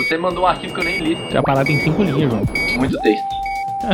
Você mandou um arquivo que eu nem li. A parada tem 5 linhas, João. Muito texto.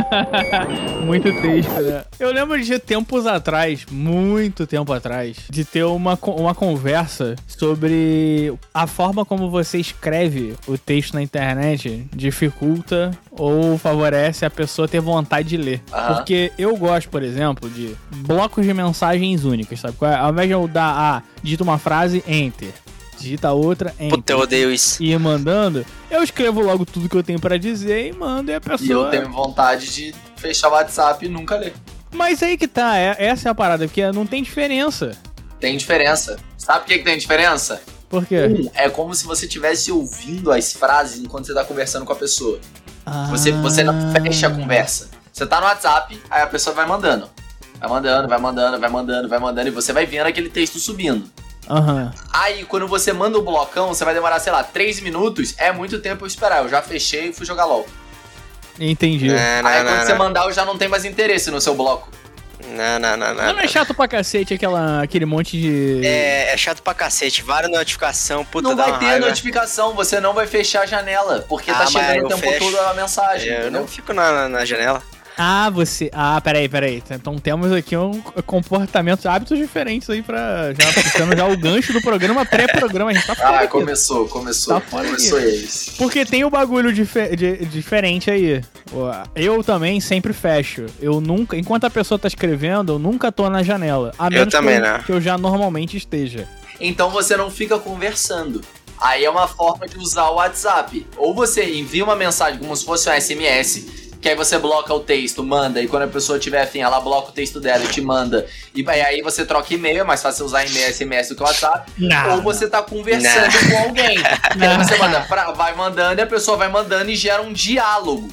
Muito texto, né? Eu lembro de tempos atrás, muito tempo atrás, de ter uma conversa sobre a forma como você escreve o texto na internet dificulta ou favorece a pessoa ter vontade de ler. Porque eu gosto, por exemplo, de blocos de mensagens únicas, sabe? Ao invés de eu dar digita uma frase, enter. Digita outra, Puta, eu odeio isso. E ir mandando, eu escrevo logo tudo que eu tenho pra dizer e mando, e a pessoa... E eu tenho vontade de fechar o WhatsApp e nunca ler. Mas aí que tá, essa é a parada, porque não tem diferença. Tem diferença. Sabe por que tem diferença? Por quê? É como se você estivesse ouvindo as frases enquanto você tá conversando com a pessoa. Você não fecha a conversa. Você tá no WhatsApp, aí a pessoa vai mandando. Vai mandando, e você vai vendo aquele texto subindo. Aí, quando você manda o blocão, você vai demorar, sei lá, 3 minutos. É muito tempo eu esperar. Eu já fechei e fui jogar LOL. Entendi. Aí, quando você mandar, eu já não tenho mais interesse no seu bloco. Não é chato pra cacete aquele monte de... É chato pra cacete. Várias notificação, puta, não dá vai uma ter raiva. Notificação, você não vai fechar a janela. Porque tá chegando o tempo todo a mensagem. Eu não fico na janela. Peraí. Então temos aqui comportamentos, hábitos diferentes aí pra... Já puxando já o gancho do programa, pré-programa. A gente tá fora aqui. Começou eles. Porque tem o bagulho diferente aí. Eu também sempre fecho. Eu nunca... Enquanto a pessoa tá escrevendo, eu nunca tô na janela. A menos que eu já normalmente esteja. Então você não fica conversando. Aí é uma forma de usar o WhatsApp. Ou você envia uma mensagem como se fosse um SMS... Que aí você bloca o texto, manda, e quando a pessoa tiver afim, ela bloca o texto dela e te manda. E aí você troca e-mail, é mais fácil usar e-mail SMS do que o WhatsApp. Ou você tá conversando com alguém. E aí você vai mandando e a pessoa vai mandando e gera um diálogo.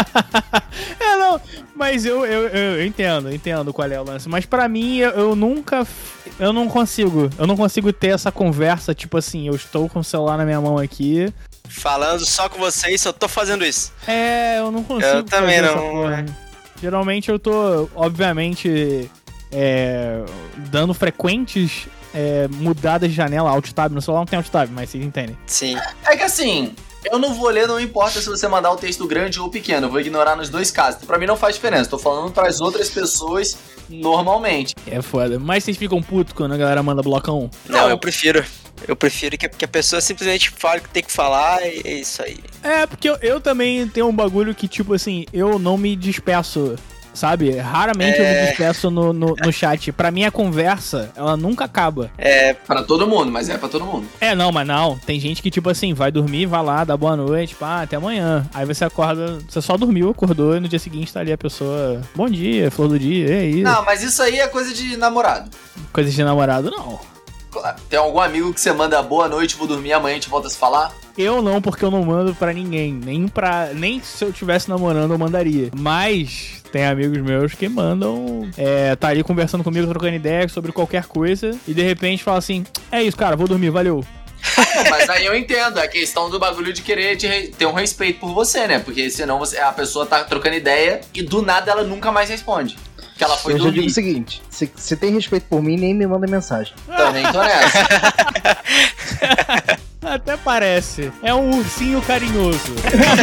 Mas eu entendo qual é o lance. Mas pra mim, eu não consigo ter essa conversa, tipo assim, eu estou com o celular na minha mão aqui... Falando só com vocês, só tô fazendo isso. Eu não consigo. Eu também não. Geralmente eu tô, obviamente, dando frequentes mudadas de janela, alt-tab. No celular não tem alt-tab, mas vocês entendem. Sim. É que assim, eu não vou ler, não importa se você mandar um texto grande ou pequeno. Eu vou ignorar nos dois casos. Pra mim não faz diferença. Tô falando pras outras pessoas normalmente. É foda. Mas vocês ficam putos quando a galera manda blocão? Não, eu prefiro. Eu prefiro que a pessoa simplesmente fale o que tem que falar e é isso aí. Porque eu também tenho um bagulho que, tipo assim, eu não me despeço, sabe? Raramente eu me despeço no chat. Pra mim, a conversa, ela nunca acaba. Pra todo mundo, mas é pra todo mundo. Mas não. Tem gente que, tipo assim, vai dormir, vai lá, dá boa noite, até amanhã. Aí você acorda, você só dormiu, acordou, e no dia seguinte tá ali a pessoa, bom dia, flor do dia, e aí? Não, mas isso aí é coisa de namorado. Coisa de namorado, não. Tem algum amigo que você manda boa noite, vou dormir, amanhã a gente volta a se falar? Eu não, porque eu não mando pra ninguém. Nem se eu estivesse namorando eu mandaria. Mas tem amigos meus que mandam, tá ali conversando comigo, trocando ideia sobre qualquer coisa, e de repente fala assim, é isso, cara, vou dormir, valeu. Mas aí eu entendo, a questão do bagulho de querer ter um respeito por você, né? Porque senão a pessoa tá trocando ideia e do nada ela nunca mais responde. Que ela foi dormir. Eu já digo o seguinte, se tem respeito por mim, nem me manda mensagem. Também tô nessa. Até parece. É um ursinho carinhoso.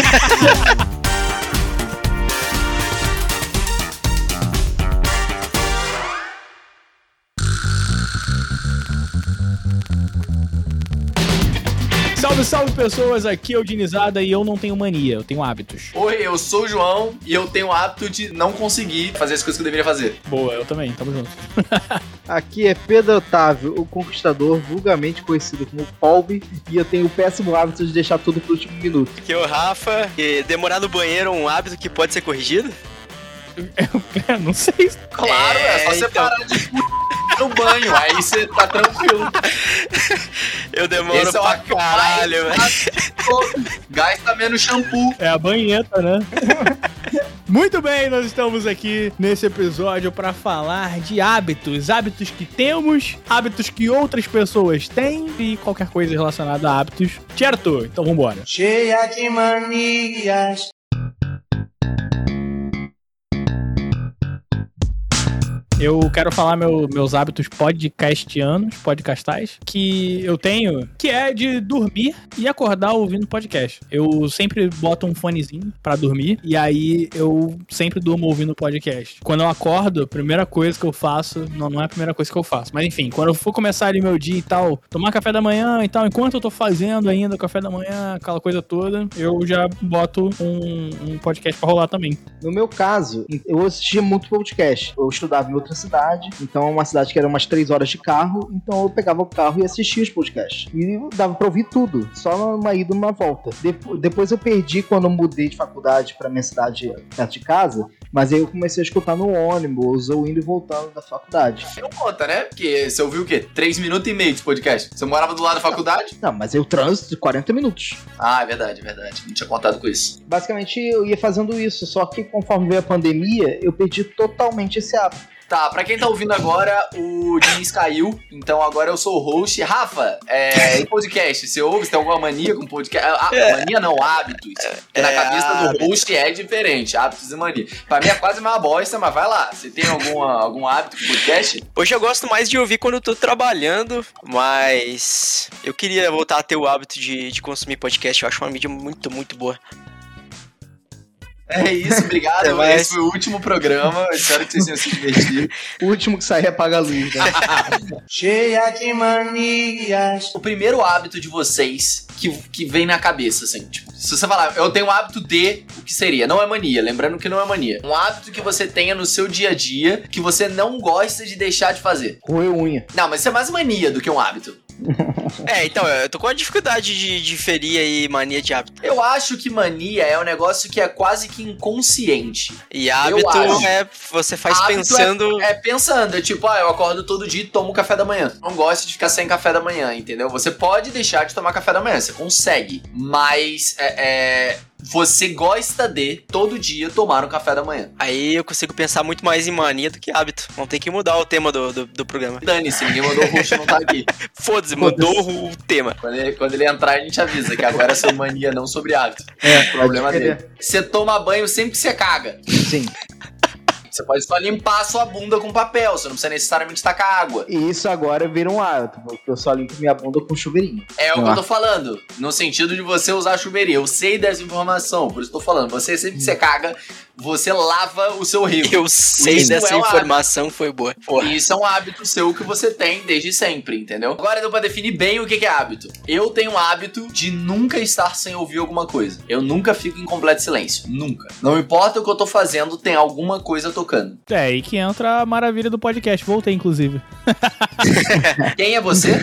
Salve pessoas, aqui é o Dinizada e eu não tenho mania, eu tenho hábitos. Oi, eu sou o João e eu tenho o hábito de não conseguir fazer as coisas que eu deveria fazer. Boa, eu também, tamo junto. Aqui é Pedro Otávio, o conquistador, vulgarmente conhecido como Paulby, e eu tenho o péssimo hábito de deixar tudo pro último minuto. Aqui é o Rafa, e demorar no banheiro é um hábito que pode ser corrigido? Eu não sei. Claro, é só você parar de no banho, aí você tá tranquilo. Eu demoro pra caralho, velho. Gasta menos shampoo. É a banheta, né? Muito bem, nós estamos aqui nesse episódio para falar de hábitos. Hábitos que temos, hábitos que outras pessoas têm e qualquer coisa relacionada a hábitos. Certo? Então vambora. Cheia de manias. Eu quero falar meus hábitos podcastais, que eu tenho, que é de dormir e acordar ouvindo podcast. Eu sempre boto um fonezinho pra dormir, e aí eu sempre durmo ouvindo podcast. Quando eu acordo, a primeira coisa que eu faço, não é a primeira coisa que eu faço, mas enfim, quando eu for começar ali meu dia e tal, tomar café da manhã e tal, enquanto eu tô fazendo ainda o café da manhã, aquela coisa toda, eu já boto um podcast pra rolar também. No meu caso, eu assistia muito podcast. Eu estudava em outra cidade, então uma cidade que era umas 3 horas de carro, então eu pegava o carro e assistia os podcasts. E dava pra ouvir tudo, só numa ida e numa volta. Depois eu perdi quando eu mudei de faculdade pra minha cidade perto de casa, mas aí eu comecei a escutar no ônibus ou indo e voltando da faculdade. Não conta, né? Porque você ouviu o quê? 3 minutos e meio de podcast. Você morava do lado da faculdade? Não, mas eu trânsito de 40 minutos. Ah, é verdade. Não tinha contado com isso. Basicamente eu ia fazendo isso, só que conforme veio a pandemia, eu perdi totalmente esse hábito. Tá, pra quem tá ouvindo agora, o Diniz caiu, então agora eu sou o host. Rafa, em podcast, você ouve? Você tem alguma mania com podcast? Mania não, hábitos. Na cabeça do host é diferente, hábitos e mania. Pra mim é quase uma bosta, mas vai lá. Você tem algum hábito com podcast? Hoje eu gosto mais de ouvir quando eu tô trabalhando, mas eu queria voltar a ter o hábito de consumir podcast. Eu acho uma mídia muito, muito boa. É isso, obrigado. Esse foi o último programa. Eu espero que vocês tenham se divertido. O último que sair apaga a luz, né? Cheia de manias. O primeiro hábito de vocês que vem na cabeça, assim, tipo, se você falar, eu tenho um hábito de, o que seria? Não é mania, lembrando que não é mania. Um hábito que você tenha no seu dia a dia, que você não gosta de deixar de fazer. Roer unha. Não, mas isso é mais mania do que um hábito. Então, eu tô com uma dificuldade de diferir aí mania de hábito. Eu acho que mania é um negócio que é quase que inconsciente. E hábito você faz hábito pensando... É pensando, é tipo, eu acordo todo dia e tomo café da manhã. Não gosto de ficar sem café da manhã, entendeu? Você pode deixar de tomar café da manhã, você consegue. Mas, você gosta de, todo dia, tomar um café da manhã. Aí eu consigo pensar muito mais em mania do que hábito. Vamos ter que mudar o tema do programa. Dane-se, ninguém mandou o host não tá aqui. Foda-se, mudou o tema. Quando ele entrar, a gente avisa que agora é sobre mania, não sobre hábito. Problema dele. Você toma banho sempre que você caga. Sim. Você pode só limpar a sua bunda com papel, você não precisa necessariamente tacar água. E isso agora vira um hábito, porque eu só limpo minha bunda com chuveirinho. É o que eu tô falando, no sentido de você usar chuveirinho. Eu sei dessa informação, por isso eu tô falando. Você sempre que você caga, você lava o seu rio. Eu sei isso dessa informação, foi boa. Porra. Isso é um hábito seu que você tem desde sempre, entendeu? Agora deu pra definir bem o que é hábito. Eu tenho um hábito de nunca estar sem ouvir alguma coisa. Eu nunca fico em completo silêncio. Nunca. Não importa o que eu tô fazendo, tem alguma coisa tocando. É aí que entra a maravilha do podcast. Voltei, inclusive. Quem é você?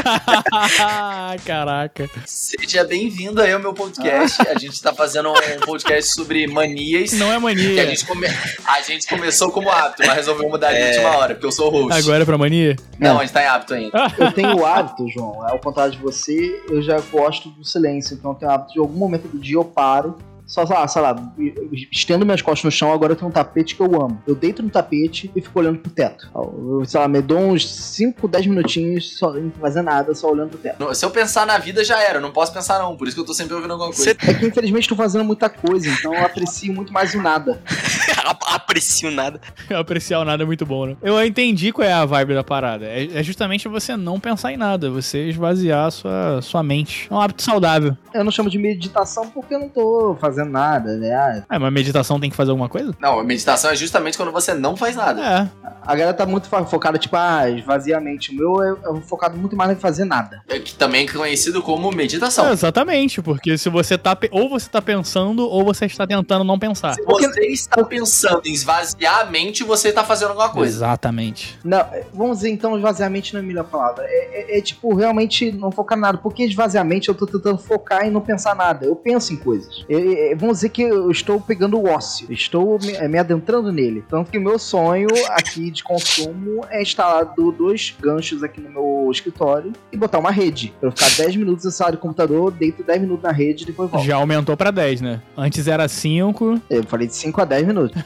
Caraca. Seja bem-vindo aí ao meu podcast. A gente tá fazendo um podcast sobre manias. Não é mania. A gente começou como hábito, mas resolveu mudar de última hora, porque eu sou o host. Agora é pra mania? Não, a gente tá em hábito ainda. Eu tenho o hábito, João, ao contrário de você, eu já gosto do silêncio. Então eu tenho o hábito de algum momento do dia eu paro. Sei lá, estendo minhas costas no chão, agora eu tenho um tapete que eu amo. Eu deito no tapete e fico olhando pro teto. Eu, sei lá, me dou uns 5, 10 minutinhos só, não fazer nada, só olhando pro teto. Se eu pensar na vida, já era. Eu não posso pensar não, por isso que eu tô sempre ouvindo alguma coisa. É que infelizmente tô fazendo muita coisa, então eu aprecio muito mais o nada. Aprecio nada. Apreciar o nada é muito bom, né? Eu entendi qual é a vibe da parada. É justamente você não pensar em nada, você esvaziar a sua mente. É um hábito saudável. Eu não chamo de meditação porque eu não tô fazendo nada, né? Mas meditação tem que fazer alguma coisa? Não, a meditação é justamente quando você não faz nada. É. A galera tá muito focada, tipo, esvaziar a mente. O meu é focado muito mais em fazer nada. É que também é conhecido como meditação. Exatamente, porque se você tá... Ou você tá pensando, ou você está tentando não pensar. Se você está pensando em esvaziar a mente, você tá fazendo alguma coisa. Exatamente. Não, vamos dizer, então, esvaziamento não é a melhor palavra. Tipo, realmente não focar em nada. Porque esvaziamento eu tô tentando focar em não pensar nada. Eu penso em coisas. Vamos dizer que eu estou pegando o ócio. Estou me adentrando nele. Tanto que o meu sonho aqui de consumo é instalar 2 ganchos aqui no meu escritório e botar uma rede. Pra eu ficar 10 minutos na sala do computador, deito 10 minutos na rede e depois volto. Já aumentou pra 10, né? Antes era 5. Eu falei de 5 a 10 minutos.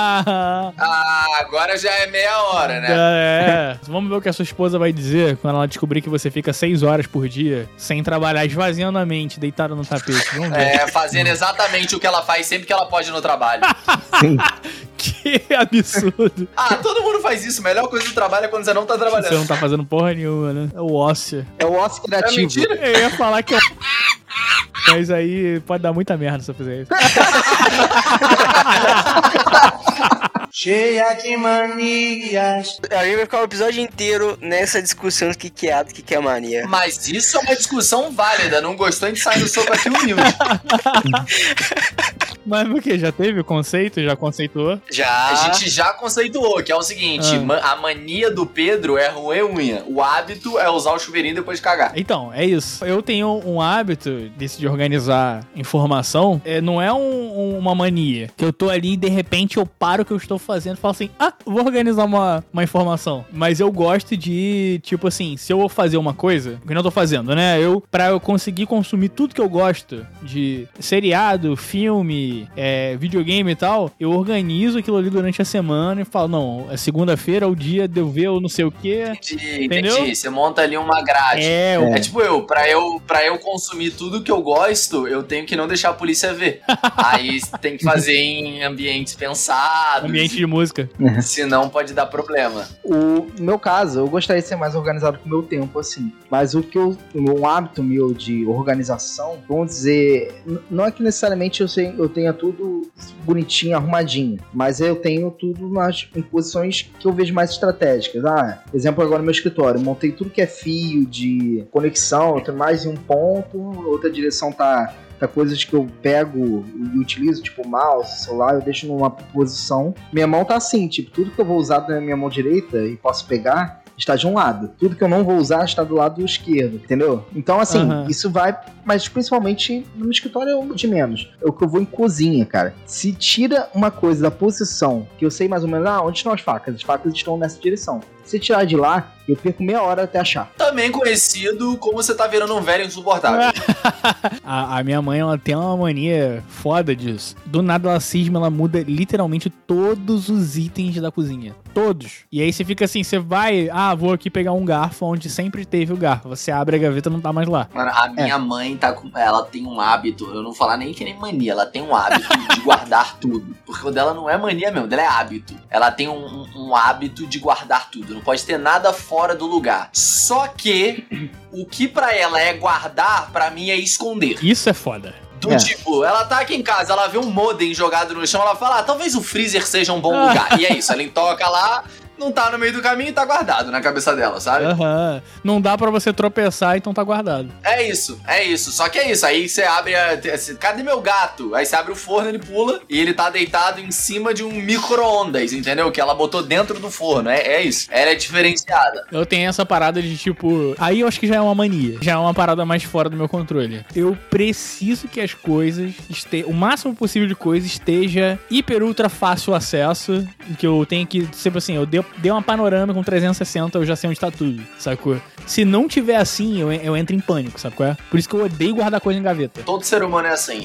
Agora já é meia hora, né? É. Vamos ver o que a sua esposa vai dizer quando ela descobrir que você fica 6 horas por dia sem trabalhar, esvaziando a mente, deitado no tapete. Vamos ver. Fazendo exatamente o que ela faz sempre que ela pode no trabalho. Sim. Que Que absurdo. Ah, todo mundo faz isso. A melhor coisa do trabalho é quando você não tá trabalhando. Você não tá fazendo porra nenhuma, né? É o ócio. É o ócio criativo. É mentira? Eu ia falar que é. Mas aí pode dar muita merda se eu fizer isso. Cheia de manias. A gente vai ficar o episódio inteiro nessa discussão do que é ato, o que é mania. Mas isso é uma discussão válida. Não gostou, a gente sai no soco aqui humilde. Mas por quê? Já teve o conceito? Já conceituou? Já. A gente já conceituou, que é o seguinte: a mania do Pedro é roer unha. O hábito é usar o chuveirinho depois de cagar. Então, é isso. Eu tenho um hábito desse de organizar informação. Não é uma mania. Que eu tô ali e de repente eu paro o que eu estou fazendo e falo assim, vou organizar uma informação. Mas eu gosto de, tipo assim, se eu vou fazer uma coisa, que eu não tô fazendo, né? Pra eu conseguir consumir tudo que eu gosto de seriado, filme, videogame e tal, eu organizo aquilo ali durante a semana e falo, não, é segunda-feira, é o dia de eu ver o não sei o quê. Entendi. Você monta ali uma grade. É tipo pra eu consumir tudo que eu gosto, eu tenho que não deixar a polícia ver. Aí tem que fazer em ambientes pensados. Ambiente de música. Senão pode dar problema. O meu caso, eu gostaria de ser mais organizado com o meu tempo, assim. Mas um hábito meu de organização, vamos dizer, não é que necessariamente eu tenha tudo bonitinho, arrumadinho, mas eu tenho tudo em posições que eu vejo mais estratégicas. Exemplo agora no meu escritório, montei tudo que é fio de conexão, eu tenho mais em um ponto, outra direção tá coisas que eu pego e utilizo, tipo mouse, celular, eu deixo numa posição. Minha mão tá assim, tipo, tudo que eu vou usar na minha mão direita e posso pegar, está de um lado. Tudo que eu não vou usar está do lado esquerdo, entendeu? Então, assim, isso vai... Mas, principalmente, no escritório é de menos. É o que eu vou em cozinha, cara. Se tira uma coisa da posição, que eu sei mais ou menos, onde estão as facas? As facas estão nessa direção. Se tirar de lá, eu perco meia hora até achar. Também conhecido como você tá virando um velho insuportável. A minha mãe, ela tem uma mania foda disso. Do nada ela cisma, ela muda literalmente todos os itens da cozinha. Todos. E aí você fica assim, você vai... vou aqui pegar um garfo onde sempre teve o garfo. Você abre a gaveta e não tá mais lá. Mano, a minha mãe ela tem um hábito, eu não vou falar nem que nem mania, ela tem um hábito de guardar tudo. Porque o dela não é mania mesmo, o dela é hábito. Ela tem um hábito de guardar tudo. Não pode ter nada fora do lugar. Só que o que pra ela é guardar, pra mim é esconder. Isso é foda. Tipo, ela tá aqui em casa, ela vê um modem jogado no chão, ela fala, talvez o freezer seja um bom lugar. E é isso, ela toca lá, não tá no meio do caminho e tá guardado na cabeça dela, sabe? Não dá pra você tropeçar, então tá guardado. É isso. Só que é isso, aí você abre cadê meu gato? Aí você abre o forno, ele pula e ele tá deitado em cima de um micro-ondas, entendeu? Que ela botou dentro do forno, é isso. Ela é diferenciada. Eu tenho essa parada de tipo... Aí eu acho que já é uma mania. Já é uma parada mais fora do meu controle. Eu preciso que as coisas o máximo possível de coisa esteja hiper ultra fácil acesso, que eu tenho que, tipo assim, eu dei uma panorama com 360, eu já sei onde tá tudo, sacou? Se não tiver assim, eu entro em pânico, sabe qual é? Por isso que eu odeio guardar coisa em gaveta. Todo ser humano é assim.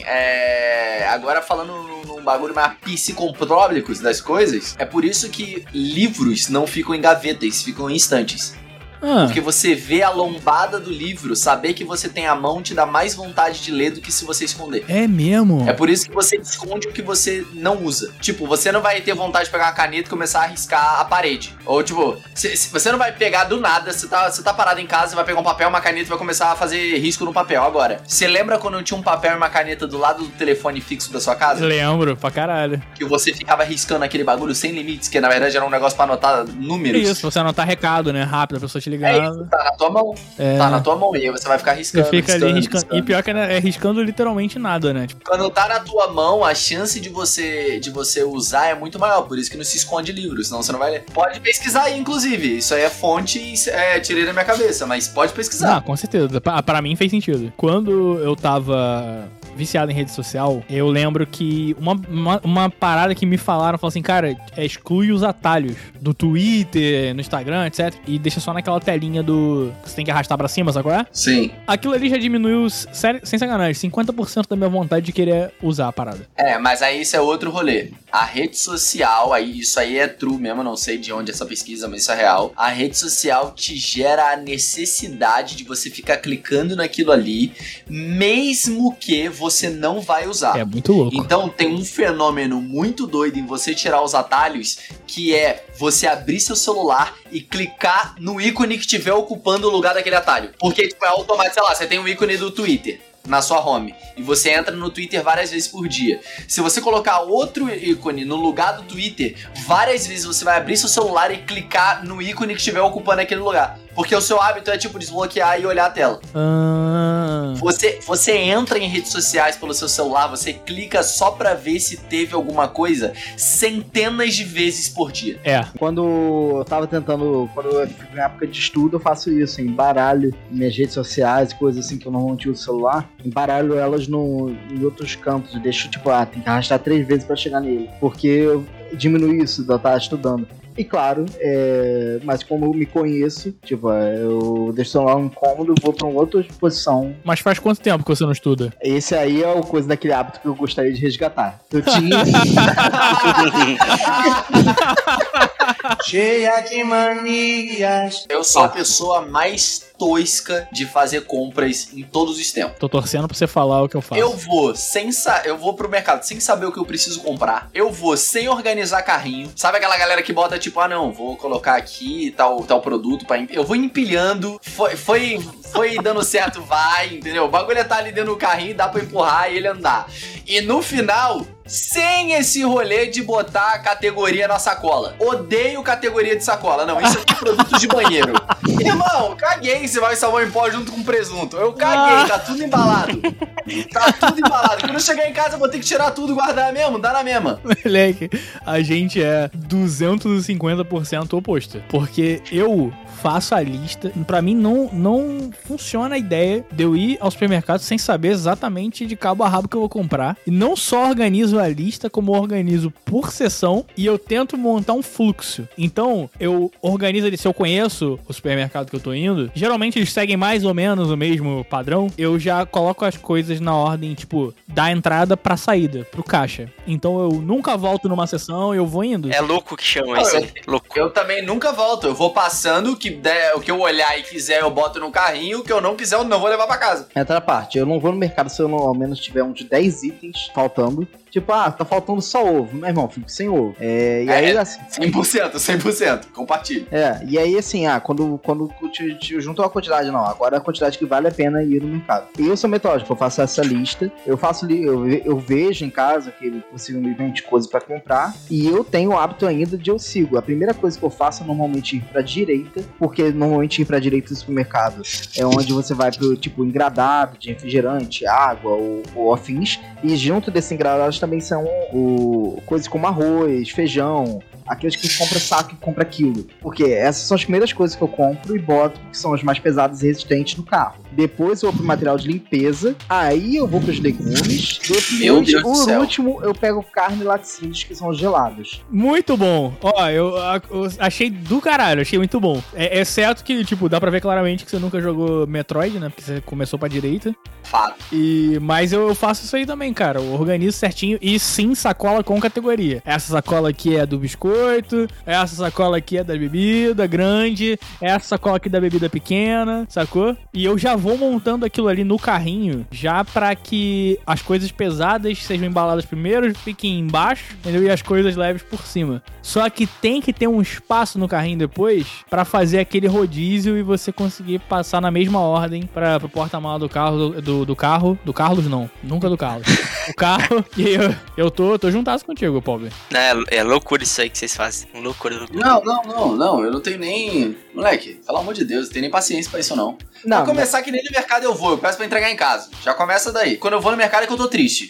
Agora falando num bagulho mais psicopróblicos das coisas, é por isso que livros não ficam em gavetas, ficam em estantes. Porque você vê a lombada do livro, saber que você tem a mão te dá mais vontade de ler do que se você esconder. É mesmo? É por isso que você esconde o que você não usa. Tipo, você não vai ter vontade de pegar uma caneta e começar a riscar a parede. Ou tipo, você não vai pegar do nada, você tá parado em casa, vai pegar um papel, uma caneta e vai começar a fazer risco no papel. Agora, você lembra quando tinha um papel e uma caneta do lado do telefone fixo da sua casa? Lembro, pra caralho. Que você ficava riscando aquele bagulho sem limites, que na verdade era um negócio pra anotar números. Isso, você anotar recado, né? Rápido, a pessoa te ligar. Isso, tá na tua mão. Tá na tua mão. E aí você vai ficar riscando. Você fica ali riscando. E pior que é riscando literalmente nada, né? Tipo... Quando tá na tua mão, a chance de você usar é muito maior. Por isso que não se esconde livro, senão você não vai ler. Pode pesquisar aí, inclusive. Isso aí é fonte e tirei da minha cabeça, mas pode pesquisar. Com certeza. Pra mim fez sentido. Quando eu tava viciado em rede social, eu lembro que uma parada que me falaram assim, cara, exclui os atalhos do Twitter, no Instagram, etc. E deixa só naquela telinha do... que você tem que arrastar pra cima, sabe qual é? Sim. Aquilo ali já diminuiu, sem sacanagem, 50% da minha vontade de querer usar a parada. Mas aí isso é outro rolê. A rede social, isso aí é true mesmo, não sei de onde essa pesquisa, mas isso é real. A rede social te gera a necessidade de você ficar clicando naquilo ali, mesmo que você não vai usar. É muito louco. Então tem um fenômeno muito doido em você tirar os atalhos, que é você abrir seu celular e clicar no ícone que estiver ocupando o lugar daquele atalho. Porque, tipo, é automático, sei lá, você tem um ícone do Twitter na sua home, e você entra no Twitter várias vezes por dia. Se você colocar outro ícone no lugar do Twitter, várias vezes você vai abrir seu celular e clicar no ícone que estiver ocupando aquele lugar. Porque o seu hábito é, tipo, desbloquear e olhar a tela. Você entra em redes sociais pelo seu celular, você clica só pra ver se teve alguma coisa centenas de vezes por dia. Quando eu tava tentando, quando eu fico em época de estudo, eu faço isso, embaralho minhas redes sociais, coisas assim que eu normalmente uso o celular, embaralho elas em outros campos, deixo tipo, tem que arrastar 3 vezes pra chegar nele, porque eu diminuo isso de eu estar estudando. E claro, mas como eu me conheço, tipo, eu deixo o celular incômodo e vou pra uma outra posição. Mas faz quanto tempo que você não estuda? Esse aí é o coisa daquele hábito que eu gostaria de resgatar. Eu tinha... Cheia de manias. Eu sou a pessoa mais tosca de fazer compras em todos os tempos. Tô torcendo pra você falar o que eu faço. Eu vou pro mercado sem saber o que eu preciso comprar. Eu vou sem organizar carrinho. Sabe aquela galera que bota tipo, não, vou colocar aqui tal produto pra eu vou empilhando. Foi dando certo, vai, entendeu? O bagulho tá ali dentro do carrinho, dá pra empurrar e ele andar. E no final, sem esse rolê de botar a categoria na sacola. Odeio categoria de sacola. Não, isso aqui é produto de banheiro. Irmão, caguei se vai salvar em pó junto com presunto. Eu caguei, tá tudo embalado. Tá tudo embalado. Quando eu chegar em casa, eu vou ter que tirar tudo e guardar mesmo, dá na mesma. Moleque, a gente é 250% oposto. Porque eu faço a lista. Pra mim, não funciona a ideia de eu ir ao supermercado sem saber exatamente de cabo a rabo que eu vou comprar. E não só organizo a lista, como organizo por sessão e eu tento montar um fluxo. Então, eu organizo ali, se eu conheço o supermercado que eu tô indo, geralmente eles seguem mais ou menos o mesmo padrão, eu já coloco as coisas na ordem, tipo, da entrada pra saída, pro caixa. Então, eu nunca volto numa sessão, eu vou indo. É louco que chama isso aí. Louco. Eu também nunca volto. Eu vou passando, o que eu olhar e quiser eu boto no carrinho, o que eu não quiser eu não vou levar pra casa. Outra parte, eu não vou no mercado se eu não, ao menos tiver uns 10 itens faltando. Tipo, tá faltando só ovo. Meu irmão, fico sem ovo. E aí, assim... 100%. Compartilha. E aí, assim, quando eu junto a quantidade, não. Agora é a quantidade que vale a pena ir no mercado. E eu sou metódico, eu faço essa lista. Eu vejo em casa que possivelmente coisa pra comprar. E eu tenho o hábito ainda de eu sigo. A primeira coisa que eu faço é normalmente ir pra direita. Porque normalmente ir pra direita do supermercado é onde você vai pro, tipo, engradado de refrigerante, água ou afins. E junto desse engradado também são coisas como arroz, feijão, aqueles que compra saco e compra quilo. Porque essas são as primeiras coisas que eu compro e boto, que são as mais pesadas e resistentes no carro. Depois eu vou pro material de limpeza, aí eu vou pros legumes, depois, por último, eu pego carne e laticínios, que são gelados. Muito bom. Eu achei do caralho, achei muito bom. Exceto que, tipo, dá pra ver claramente que você nunca jogou Metroid, né? Porque você começou pra direita. Fato. Mas eu faço isso aí também, cara. Eu organizo certinho e sim, sacola com categoria. Essa sacola aqui é do biscoito, essa sacola aqui é da bebida grande, essa sacola aqui da bebida pequena, sacou? E eu já vou montando aquilo ali no carrinho, já pra que as coisas pesadas sejam embaladas primeiro, fiquem embaixo, entendeu? E as coisas leves por cima. Só que tem que ter um espaço no carrinho depois pra fazer aquele rodízio e você conseguir passar na mesma ordem pro porta-mala do carro, do Carlos não, nunca do Carlos. O carro, e eu tô juntasso contigo, pobre. É loucura isso aí que vocês fazem. Loucura. Não, eu não tenho nem... Moleque, pelo amor de Deus, não tenho nem paciência pra isso não. Pra começar que nem no mercado eu peço pra entregar em casa. Já começa daí. Quando eu vou no mercado é que eu tô triste.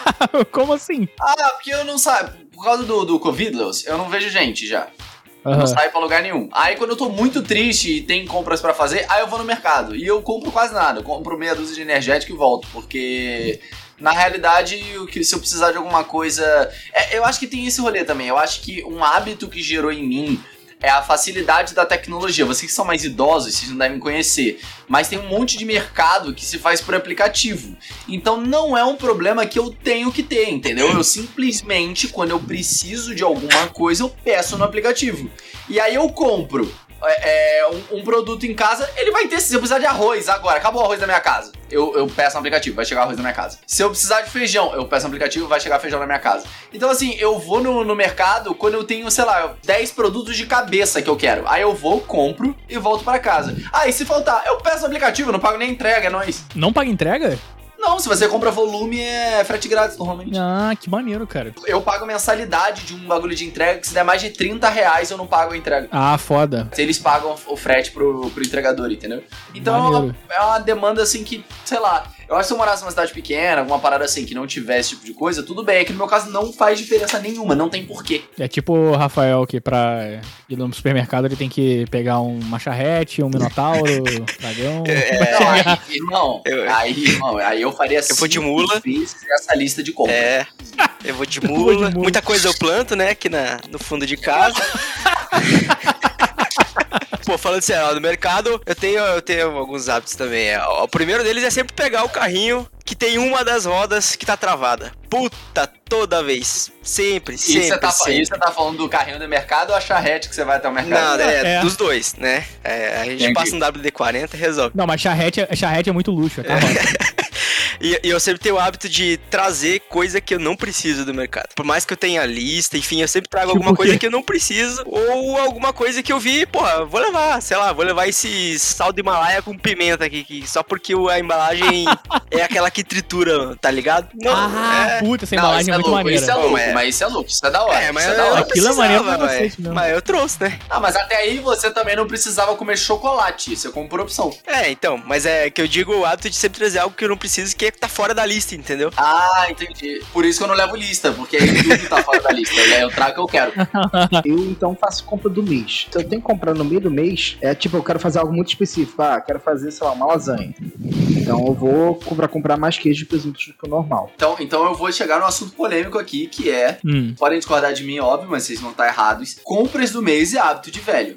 Como assim? Porque eu não sabe. Por causa do Covid, Leos, eu não vejo gente já. Eu não saio pra lugar nenhum. Aí quando eu tô muito triste e tem compras pra fazer, aí eu vou no mercado. E eu compro quase nada. Eu compro meia dúzia de energético e volto. Porque... na realidade, se eu precisar de alguma coisa... eu acho que tem esse rolê também. Eu acho que um hábito que gerou em mim é a facilidade da tecnologia. Vocês que são mais idosos, vocês não devem conhecer. Mas tem um monte de mercado que se faz por aplicativo. Então não é um problema que eu tenho que ter, entendeu? Eu simplesmente, quando eu preciso de alguma coisa, eu peço no aplicativo. E aí eu compro um produto em casa, ele vai ter. Se eu precisar de arroz agora, acabou o arroz da minha casa, eu peço no aplicativo, vai chegar arroz na minha casa. Se eu precisar de feijão, eu peço no aplicativo, vai chegar feijão na minha casa. Então assim, eu vou no mercado quando eu tenho, sei lá, 10 produtos de cabeça que eu quero. Aí eu vou, compro e volto pra casa. E se faltar, eu peço no aplicativo, não pago nem entrega, é nóis. Não paga entrega? Não, se você compra volume, é frete grátis normalmente. Ah, que maneiro, cara. Eu pago mensalidade de um bagulho de entrega, que se der mais de R$30, eu não pago a entrega. Ah, foda. Se eles pagam o frete pro entregador, entendeu? Então é uma demanda assim que, sei lá, eu acho que se eu morasse numa cidade pequena, alguma parada assim, que não tivesse esse tipo de coisa, tudo bem. É que no meu caso não faz diferença nenhuma, não tem porquê. É tipo o Rafael que pra ir no supermercado ele tem que pegar uma charrete, um minotauro, dragão. Não, aí eu faria assim. Eu vou de mula. Essa lista de compras. Eu vou de mula. Muita coisa eu planto, né, aqui no fundo de casa. Pô, falando sério, no mercado eu tenho alguns hábitos também. O primeiro deles é sempre pegar o carrinho que tem uma das rodas que tá travada. Puta, toda vez. Sempre. E você tá falando do carrinho do mercado ou a charrete que você vai até o mercado? Não, dos dois, né? A gente passa um WD-40 e resolve. Não, mas charrete é muito luxo, tá? E eu sempre tenho o hábito de trazer coisa que eu não preciso do mercado. Por mais que eu tenha lista, enfim, eu sempre trago alguma coisa que eu não preciso. Ou alguma coisa que eu vi, porra, vou levar esse sal do Himalaia com pimenta aqui, só porque a embalagem é aquela que tritura, tá ligado? Não, puta, essa embalagem é muito maneira. Isso é louco, mas isso é louco, isso é da hora. Mas isso é da hora. Aquilo é maneiro pra vocês, não. Mas eu trouxe, né? Mas até aí você também não precisava comer chocolate, você comprou por opção. Então, mas é que eu digo o hábito de sempre trazer algo que eu não preciso, que tá fora da lista, entendeu? Entendi. Por isso que eu não levo lista, porque aí tudo tá fora da lista. E aí eu trago o que eu quero. Eu, então, faço compra do mês. Se eu tenho que comprar no meio do mês, eu quero fazer algo muito específico. Quero fazer, sei lá, uma lasanha. Então eu vou comprar mais queijo e presunto do que o normal. Então eu vou chegar num assunto polêmico aqui, que é... Podem discordar de mim, óbvio, mas vocês vão estar errados. Compras do mês é hábito de velho.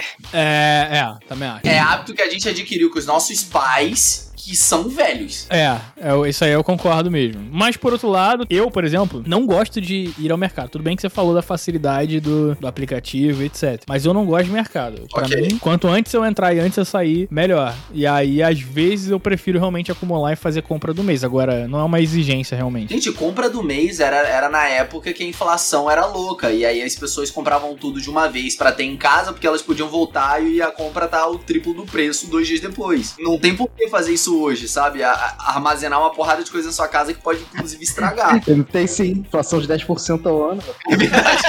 Também acho. É hábito que a gente adquiriu com os nossos pais... que são velhos. Isso aí eu concordo mesmo. Mas, por outro lado, eu, por exemplo, não gosto de ir ao mercado. Tudo bem que você falou da facilidade do aplicativo, etc. Mas eu não gosto de mercado. Pra mim, quanto antes eu entrar e antes eu sair, melhor. E aí, às vezes, eu prefiro realmente acumular e fazer compra do mês. Agora, não é uma exigência, realmente. Gente, compra do mês era na época que a inflação era louca. E aí as pessoas compravam tudo de uma vez pra ter em casa, porque elas podiam voltar e a compra tá o triplo do preço 2 dias depois. Não tem por que fazer isso hoje, sabe? Armazenar uma porrada de coisa na sua casa que pode, inclusive, estragar. Tem sim, inflação de 10% ao ano. É verdade.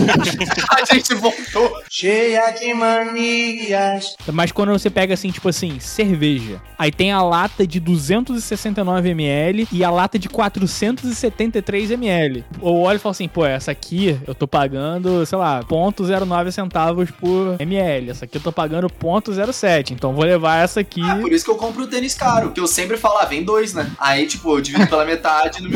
A gente voltou. Cheia de manias. Mas quando você pega, assim, tipo assim, cerveja, aí tem a lata de 269ml e a lata de 473ml. Ou olha e fala assim, essa aqui eu tô pagando, sei lá, 0,09 centavos por ml. Essa aqui eu tô pagando 0,07. Então vou levar essa aqui. Por isso que eu compro o tênis caro, que eu sempre falo, vem 2, né? Aí, eu divido pela metade no meu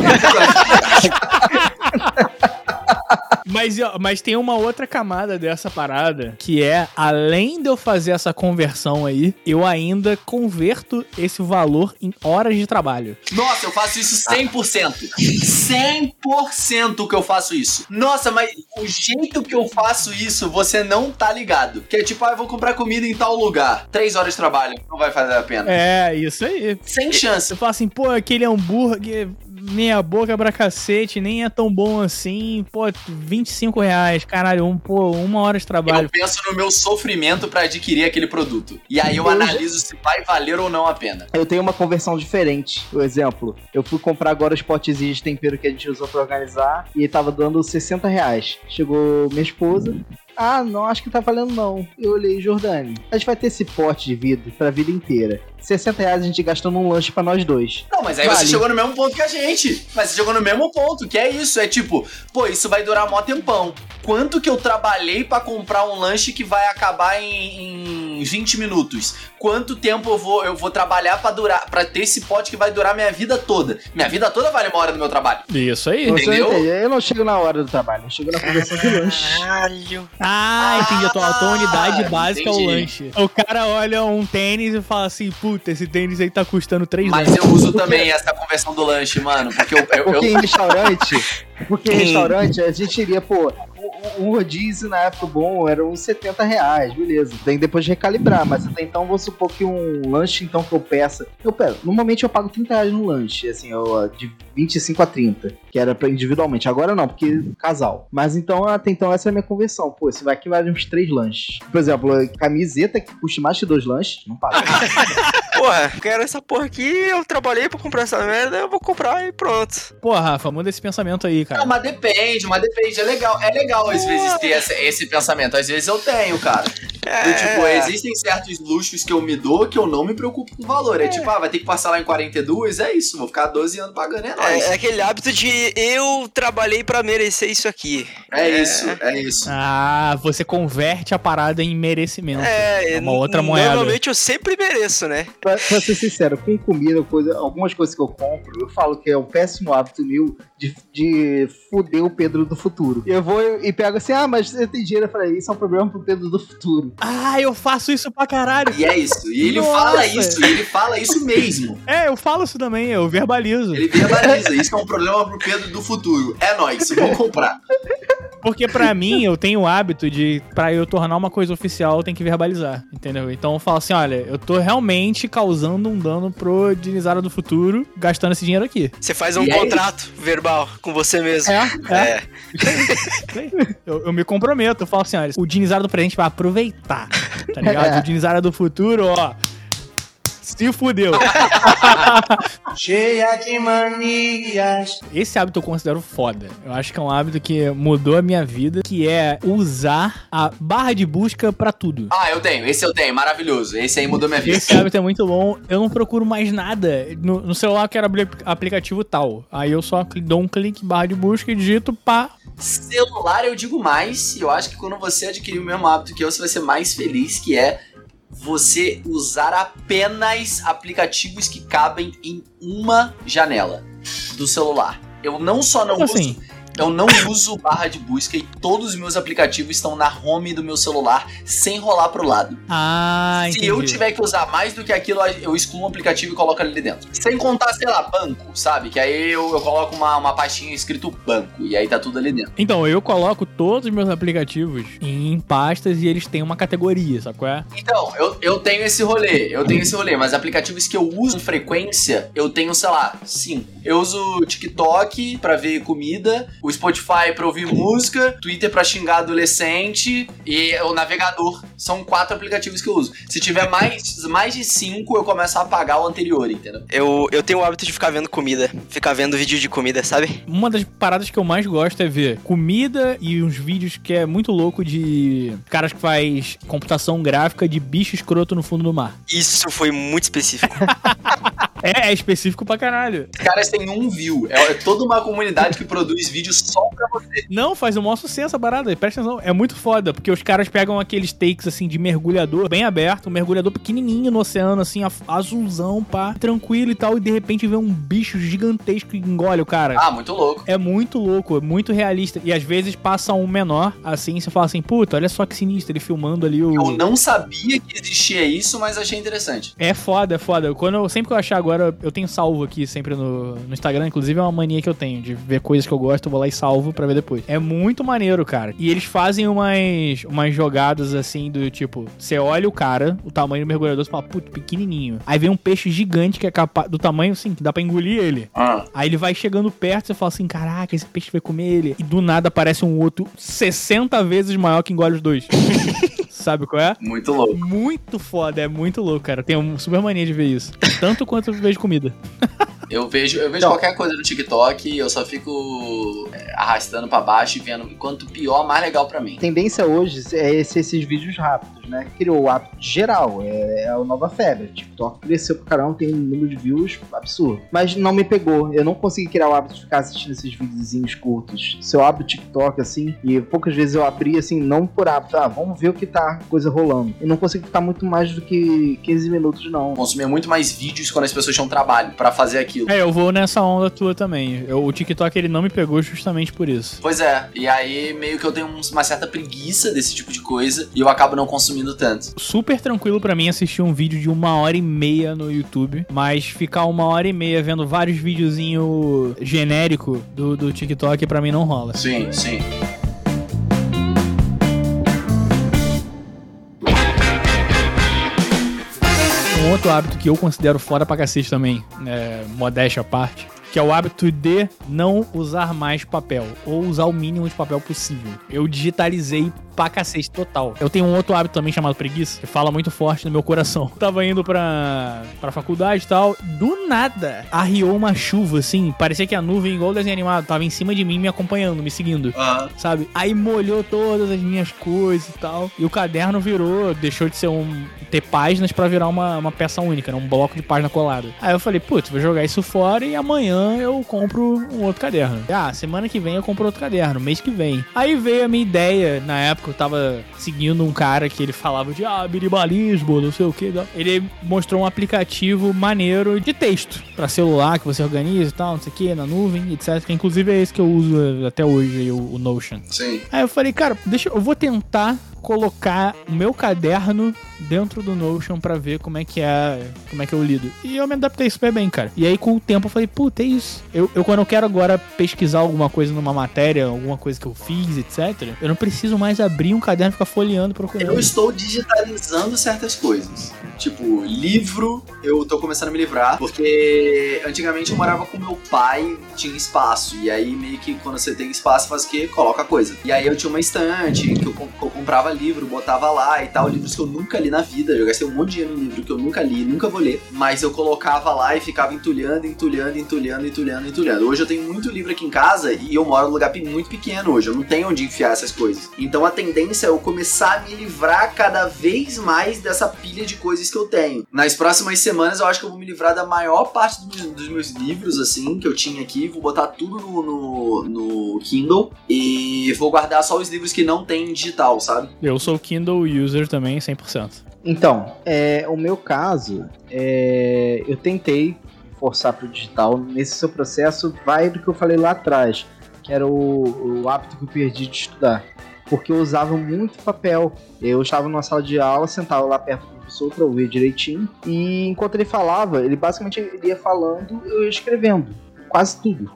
Mas tem uma outra camada dessa parada, que é, além de eu fazer essa conversão aí, eu ainda converto esse valor em horas de trabalho. Nossa, eu faço isso 100%. 100% que eu faço isso. Nossa, mas o jeito que eu faço isso, você não tá ligado. Que é tipo, eu vou comprar comida em tal lugar. 3 horas de trabalho, não vai fazer a pena. É, isso aí. Sem chance. Eu falo assim, aquele hambúrguer... meia boca pra cacete, nem é tão bom assim, R$25, caralho, uma hora de trabalho. Eu penso no meu sofrimento pra adquirir aquele produto. E aí eu analiso se vai valer ou não a pena. Eu tenho uma conversão diferente. Por exemplo, eu fui comprar agora os potezinhos de tempero que a gente usou pra organizar e tava dando R$60. Chegou minha esposa... não, acho que tá valendo não. Eu olhei, Jordane, a gente vai ter esse pote de vidro pra vida inteira. R$60 a gente gastou num lanche pra nós dois. Não, mas aí você chegou no mesmo ponto que a gente. Mas você chegou no mesmo ponto, que é isso. É tipo, isso vai durar mó tempão. Quanto que eu trabalhei pra comprar um lanche que vai acabar em 20 minutos? Quanto tempo eu vou trabalhar pra ter esse pote que vai durar minha vida toda? Minha vida toda vale 1 hora do meu trabalho. Isso aí. Entendeu? Eu não chego na hora do trabalho, eu chego na conversão de lanche. Caralho. Entendi. A tua unidade básica entendi. é o lanche. O cara olha um tênis e fala assim, esse tênis aí tá custando 3 Mas eu uso também essa conversão do lanche, mano. Porque Porque em restaurante, a gente iria, um rodízio na época bom era uns R$70, beleza. Tem depois de recalibrar, mas até então vou supor que um lanche então que eu peça. Normalmente eu pago R$30 no lanche, assim, de 25 a 30, que era pra individualmente. Agora não, porque casal. Mas então, até então, essa é a minha conversão. Pô, esse vai aqui vale uns 3 lanches. Por exemplo, camiseta que custa mais que 2 lanches, não paga. Porra, quero essa porra aqui, eu trabalhei pra comprar essa merda, eu vou comprar e pronto. Porra, Rafa, muda esse pensamento aí, cara. Não, mas depende. É legal às vezes ter esse pensamento. Às vezes eu tenho, cara. Existem certos luxos que eu me dou que eu não me preocupo com o valor. É tipo, vai ter que passar lá em 42, é isso. Vou ficar 12 anos pagando, é nóis. É aquele hábito de eu trabalhei pra merecer isso aqui. É isso. Ah, você converte a parada em merecimento. É uma outra moeda. Normalmente eu sempre mereço, né? Pra ser sincero, com comida, algumas coisas que eu compro, eu falo que é um péssimo hábito meu de fuder o Pedro do futuro. Eu vou e pego assim, mas você tem dinheiro? Eu falei, isso é um problema pro Pedro do futuro. Ah, eu faço isso pra caralho. E é isso. E ele fala isso mesmo. Eu falo isso também, eu verbalizo. Ele verbaliza. Isso é um problema pro Pedro do futuro. É nóis, vou comprar. Porque pra mim, eu tenho o hábito de, pra eu tornar uma coisa oficial, eu tenho que verbalizar, entendeu? Então eu falo assim, olha, eu tô realmente causando um dano pro Dinizada do futuro, gastando esse dinheiro aqui. Você faz um contrato verbal com você mesmo. Isso aí. Eu me comprometo, eu falo assim, olha, o Dinizada do presente vai aproveitar, tá ligado? O Dinizada do futuro, se fudeu. Cheia de manias. Esse hábito eu considero foda. Eu acho que é um hábito que mudou a minha vida, que é usar a barra de busca pra tudo. Esse eu tenho, maravilhoso. Esse aí mudou minha vida. Esse hábito é muito bom. Eu não procuro mais nada. No celular eu quero abrir aplicativo tal. Aí eu só dou um clique, barra de busca e digito pá. Celular eu digo mais, e eu acho que quando você adquirir o mesmo hábito que eu, você vai ser mais feliz, que é você usar apenas aplicativos que cabem em uma janela do celular. Eu não só não uso... Assim? Eu não uso barra de busca e todos os meus aplicativos estão na home do meu celular sem rolar pro lado. Entendi. Se eu tiver que usar mais do que aquilo, eu excluo um aplicativo e coloco ali dentro. Sem contar, sei lá, banco, sabe? Que aí eu coloco uma pastinha escrito banco e aí tá tudo ali dentro. Então, eu coloco todos os meus aplicativos em pastas e eles têm uma categoria, sabe qual é? Então, eu tenho esse rolê, mas aplicativos que eu uso com frequência, eu tenho, sei lá, 5. Eu uso o TikTok pra ver comida, o Spotify pra ouvir música, Twitter pra xingar adolescente e o navegador. São 4 aplicativos que eu uso. Se tiver mais de 5, eu começo a apagar o anterior, entendeu? Eu tenho o hábito de ficar vendo comida, ficar vendo vídeo de comida, sabe? Uma das paradas que eu mais gosto é ver comida e uns vídeos que é muito louco de caras que faz computação gráfica de bicho escroto no fundo do mar. Isso foi muito específico. É específico pra caralho. Os caras têm 1 view. É toda uma comunidade que produz vídeos só pra você. Não, faz o maior sucesso a parada. Presta atenção. É muito foda, porque os caras pegam aqueles takes, assim, de mergulhador bem aberto, um mergulhador pequenininho no oceano, assim, azulzão, pá, tranquilo e tal, e de repente vê um bicho gigantesco que engole o cara. Muito louco. É muito louco, é muito realista. E às vezes passa um menor, assim, você fala assim, puta, olha só que sinistro, ele filmando ali o... Eu não sabia que existia isso, mas achei interessante. É foda, é foda. Sempre que eu achar agora, eu tenho salvo aqui sempre no Instagram, inclusive é uma mania que eu tenho, de ver coisas que eu gosto, eu vou lá e salvo pra ver depois. É muito maneiro, cara. E eles fazem umas jogadas assim do tipo, você olha o cara, o tamanho do mergulhador, você fala, puta, pequenininho. Aí vem um peixe gigante que é capaz, do tamanho assim, que dá pra engolir ele. Aí ele vai chegando perto, você fala assim, caraca, esse peixe vai comer ele. E do nada aparece um outro 60 vezes maior que engole os dois. Sabe qual é? Muito louco. Muito foda, é muito louco, cara. Tenho uma super mania de ver isso. Tanto quanto eu vejo comida. Eu vejo qualquer coisa no TikTok e eu só fico arrastando pra baixo e vendo quanto pior, mais legal pra mim. A tendência hoje é esses vídeos rápidos, né? Criou o hábito geral, é a nova febre. TikTok cresceu pra caramba, tem um número de views absurdo. Mas não me pegou, eu não consegui criar o hábito de ficar assistindo esses videozinhos curtos. Se eu abro o TikTok, assim, e poucas vezes eu abri, assim, não por hábito, vamos ver o que tá coisa rolando. Eu não consigo ficar muito mais do que 15 minutos, não. Consumia muito mais vídeos quando as pessoas tinham trabalho pra fazer aquilo. Eu vou nessa onda tua também. O TikTok, ele não me pegou justamente por isso. Pois é, e aí meio que eu tenho uma certa preguiça desse tipo de coisa e eu acabo não consumindo tanto. Super tranquilo pra mim assistir um vídeo de 1h30 no YouTube, mas ficar 1h30 vendo vários videozinhos genéricos do TikTok pra mim não rola. Sim, sim. um outro hábito que eu considero foda pra cacete também, modéstia à parte, que é o hábito de não usar mais papel, ou usar o mínimo de papel possível. Eu digitalizei pra cacete, total. Eu tenho um outro hábito também chamado preguiça, que fala muito forte no meu coração. Tava indo pra faculdade e tal, do nada, arriou uma chuva, assim, parecia que a nuvem, igual o desenho animado, tava em cima de mim, me acompanhando, me seguindo, sabe? Aí molhou todas as minhas coisas e tal, e o caderno virou, deixou de ser ter páginas pra virar uma peça única, né? Um bloco de página colada. Aí eu falei, putz, vou jogar isso fora e amanhã eu compro um outro caderno. Semana que vem eu compro outro caderno, mês que vem. Aí veio a minha ideia, na época eu tava seguindo um cara que ele falava de biribalismo, não sei o que. Ele mostrou um aplicativo maneiro de texto pra celular, que você organiza e tal, não sei o que, na nuvem, etc. Que inclusive é esse que eu uso até hoje, o Notion. Sim. Aí eu falei, cara, eu vou tentar colocar o meu caderno dentro do Notion pra ver como é que eu lido. E eu me adaptei super bem, cara. E aí, com o tempo, eu falei, puta, é isso. Eu quando eu quero agora pesquisar alguma coisa numa matéria, alguma coisa que eu fiz, etc., eu não preciso mais abrir um caderno e ficar folheando, procurando. Eu estou digitalizando certas coisas. Tipo, livro, eu tô começando a me livrar, porque antigamente eu morava com meu pai, tinha espaço, e aí meio que quando você tem espaço, faz o quê? Coloca coisa. E aí eu tinha uma estante que eu comprava livro, botava lá e tal, livros que eu nunca li na vida, eu gastei um monte de dinheiro no livro que eu nunca li, nunca vou ler, mas eu colocava lá e ficava entulhando. Hoje eu tenho muito livro aqui em casa e eu moro num lugar muito pequeno hoje, eu não tenho onde enfiar essas coisas. Então a tendência é eu começar a me livrar cada vez mais dessa pilha de coisas que eu tenho. Nas próximas semanas eu acho que eu vou me livrar da maior parte dos meus livros, assim, que eu tinha aqui, vou botar tudo no Kindle e vou guardar só os livros que não tem digital, sabe? Eu sou Kindle user também, 100%. Então, o meu caso, eu tentei forçar pro digital. Nesse seu processo, vai do que eu falei lá atrás, que era o hábito que eu perdi de estudar. Porque eu usava muito papel. Eu estava numa sala de aula, sentava lá perto do professor para ouvir direitinho, e enquanto ele falava, ele basicamente ia falando, eu ia escrevendo. Quase tudo.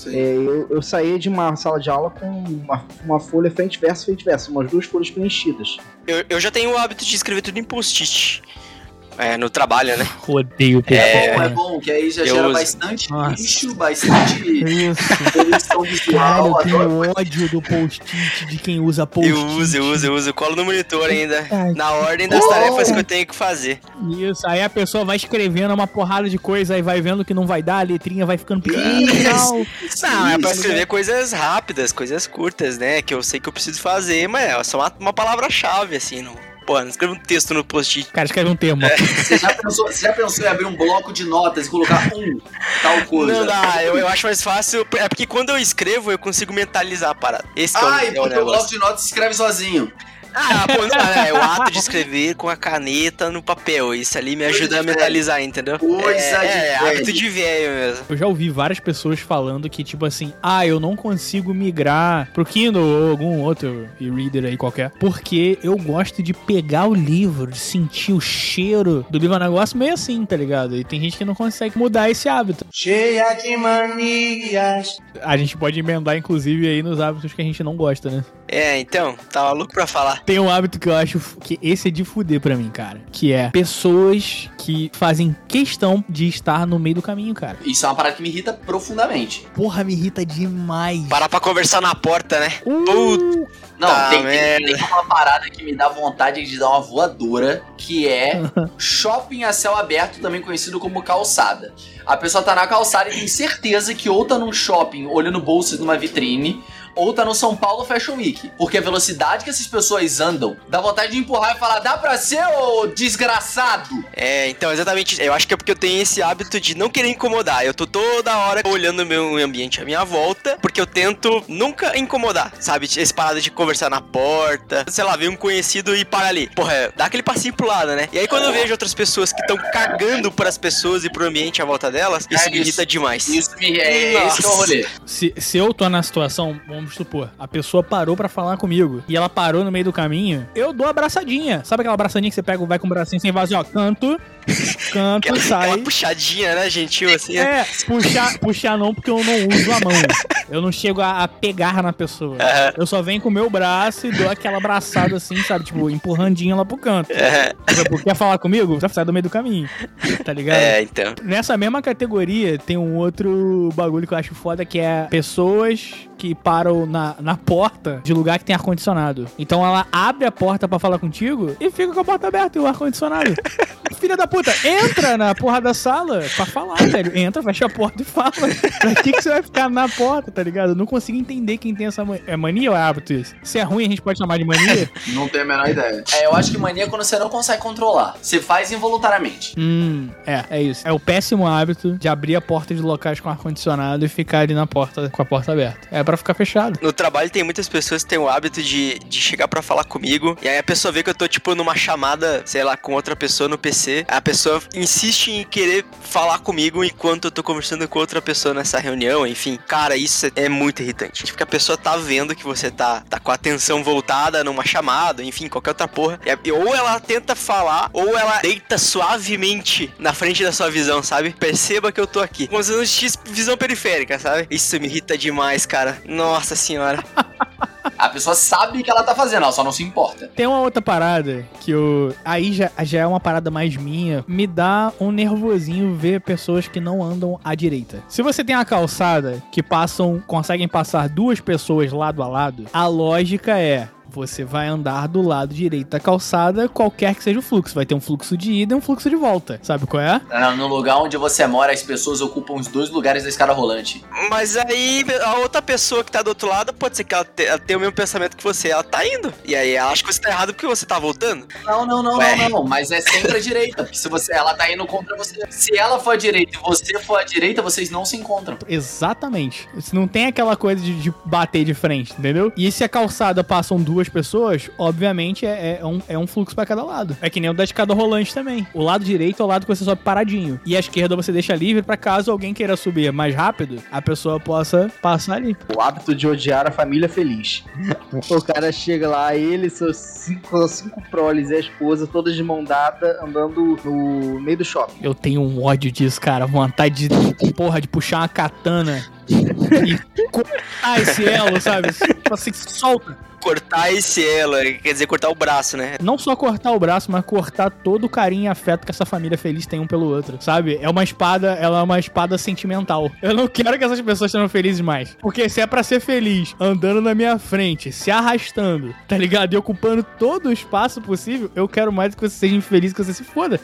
Eu saía de uma sala de aula com uma folha frente e verso, umas 2 folhas preenchidas. Eu já tenho o hábito de escrever tudo em post-it. No trabalho, né? Odeio É bom, que aí já gera bastante lixo, bastante poluição visual. Eu tenho ódio do post-it, de quem usa post-it. Eu uso, colo no monitor ainda, na ordem das tarefas que eu tenho que fazer. Isso, aí a pessoa vai escrevendo uma porrada de coisa, aí vai vendo que não vai dar, a letrinha vai ficando pequena. Não, é pra escrever coisas rápidas, coisas curtas, né? Que eu sei que eu preciso fazer, mas é só uma palavra-chave, assim, não... Pô, não escreve um texto no post-it. Cara, escreve um termo. Você já pensou em abrir um bloco de notas e colocar tal coisa? Não dá, eu acho mais fácil. É porque quando eu escrevo, eu consigo mentalizar a parada. Esse que é o negócio. O bloco de notas escreve sozinho. Não dá, é o ato de escrever com a caneta no papel. Isso ali me ajuda a mentalizar, entendeu? É hábito de velho mesmo. Eu já ouvi várias pessoas falando que, tipo assim, eu não consigo migrar pro Kindle ou algum outro e-reader aí qualquer, porque eu gosto de pegar o livro, de sentir o cheiro do livro, é um negócio meio assim, tá ligado? E tem gente que não consegue mudar esse hábito. Cheia de manias. A gente pode emendar, inclusive, aí nos hábitos que a gente não gosta, né? Então, tava louco pra falar. Tem um hábito que eu acho que esse é de fuder pra mim, cara. Que é pessoas que fazem questão de estar no meio do caminho, cara. Isso é uma parada que me irrita profundamente. Porra, me irrita demais. Parar pra conversar na porta, né? Não, tem uma parada que me dá vontade de dar uma voadora, que é shopping a céu aberto, também conhecido como calçada. A pessoa tá na calçada e tem certeza que ou tá num shopping olhando bolsas numa vitrine, ou tá no São Paulo Fashion Week. Porque a velocidade que essas pessoas andam, dá vontade de empurrar e falar, dá pra ser, ô desgraçado? Então, exatamente. Eu acho que é porque eu tenho esse hábito de não querer incomodar. Eu tô toda hora olhando o meu ambiente à minha volta, porque eu tento nunca incomodar, sabe? Esse parado de conversar na porta, sei lá, ver um conhecido e parar ali. Porra, dá aquele passinho pro lado, né? E aí quando eu vejo outras pessoas que estão cagando pras pessoas e pro ambiente à volta delas, isso me irrita demais. Esse é o rolê. Se eu tô na situação, vamos supor, a pessoa parou pra falar comigo e ela parou no meio do caminho, eu dou abraçadinha. Sabe aquela abraçadinha que você pega, vai com o bracinho sem vazio, ó, canto, sai. Aquela puxadinha, né, gentil, assim. Puxar não, porque eu não uso a mão. Eu não chego a pegar na pessoa. Eu só venho com o meu braço e dou aquela abraçada assim, sabe? Tipo, empurrandinho lá pro canto. Tipo, quer falar comigo? Você sai do meio do caminho. Tá ligado? Então. Nessa mesma categoria, tem um outro bagulho que eu acho foda, que é pessoas que param na porta de lugar que tem ar-condicionado. Então ela abre a porta pra falar contigo e fica com a porta aberta e o ar-condicionado. Filha da puta, entra na porra da sala pra falar, velho. Entra, fecha a porta e fala. Pra que você vai ficar na porta, tá ligado? Eu não consigo entender quem tem essa mania. É mania ou é hábito isso? Se é ruim, a gente pode chamar de mania? Não tenho a menor ideia. Eu acho que mania é quando você não consegue controlar. Você faz involuntariamente. É isso. É o péssimo hábito de abrir a porta de locais com ar-condicionado e ficar ali na porta com a porta aberta. É pra ficar fechado. No trabalho tem muitas pessoas que têm o hábito de chegar pra falar comigo, e aí a pessoa vê que eu tô, tipo, numa chamada, sei lá, com outra pessoa no PC, a pessoa insiste em querer falar comigo enquanto eu tô conversando com outra pessoa nessa reunião, enfim. Cara, isso é muito irritante. Porque a pessoa tá vendo que você tá com a atenção voltada numa chamada, enfim, qualquer outra porra. E ou ela tenta falar, ou ela deita suavemente na frente da sua visão, sabe? Perceba que eu tô aqui. Como se não existisse visão periférica, sabe? Isso me irrita demais, cara. Nossa senhora. A pessoa sabe o que ela tá fazendo, ela só não se importa. Tem uma outra parada que eu... Aí já é uma parada mais minha. Me dá um nervosinho ver pessoas que não andam à direita. Se você tem uma calçada que conseguem passar duas pessoas lado a lado, a lógica é... Você vai andar do lado direito da calçada, qualquer que seja o fluxo. Vai ter um fluxo de ida e um fluxo de volta. Sabe qual é? No lugar onde você mora, as pessoas ocupam os dois lugares da escada rolante. Mas aí, a outra pessoa que tá do outro lado, pode ser que ela tenha o mesmo pensamento que você. Ela tá indo. E aí ela acha que você tá errado porque você tá voltando. Não. Mas é sempre a direita. Porque se ela tá indo contra você. Se ela for à direita e você for à direita, vocês não se encontram. Exatamente. Não tem aquela coisa de bater de frente, entendeu? E se a calçada passam duas pessoas, obviamente é um fluxo pra cada lado. É que nem o da escada rolante também. O lado direito é o lado que você sobe paradinho. E a esquerda você deixa livre pra caso alguém queira subir mais rápido, a pessoa possa passar ali. O hábito de odiar a família feliz. O cara chega lá, ele, seus cinco proles e a esposa, todas de mão dada, andando no meio do shopping. Eu tenho um ódio disso, cara. Vontade de puxar uma katana e cortar esse elo, sabe? Tipo assim, solta. Cortar esse elo, quer dizer, cortar o braço, né? Não só cortar o braço, mas cortar todo o carinho e afeto que essa família feliz tem um pelo outro, sabe? Ela é uma espada sentimental. Eu não quero que essas pessoas sejam felizes mais. Porque se é pra ser feliz, andando na minha frente, se arrastando, tá ligado? E ocupando todo o espaço possível, eu quero mais que você seja infeliz, que você se foda.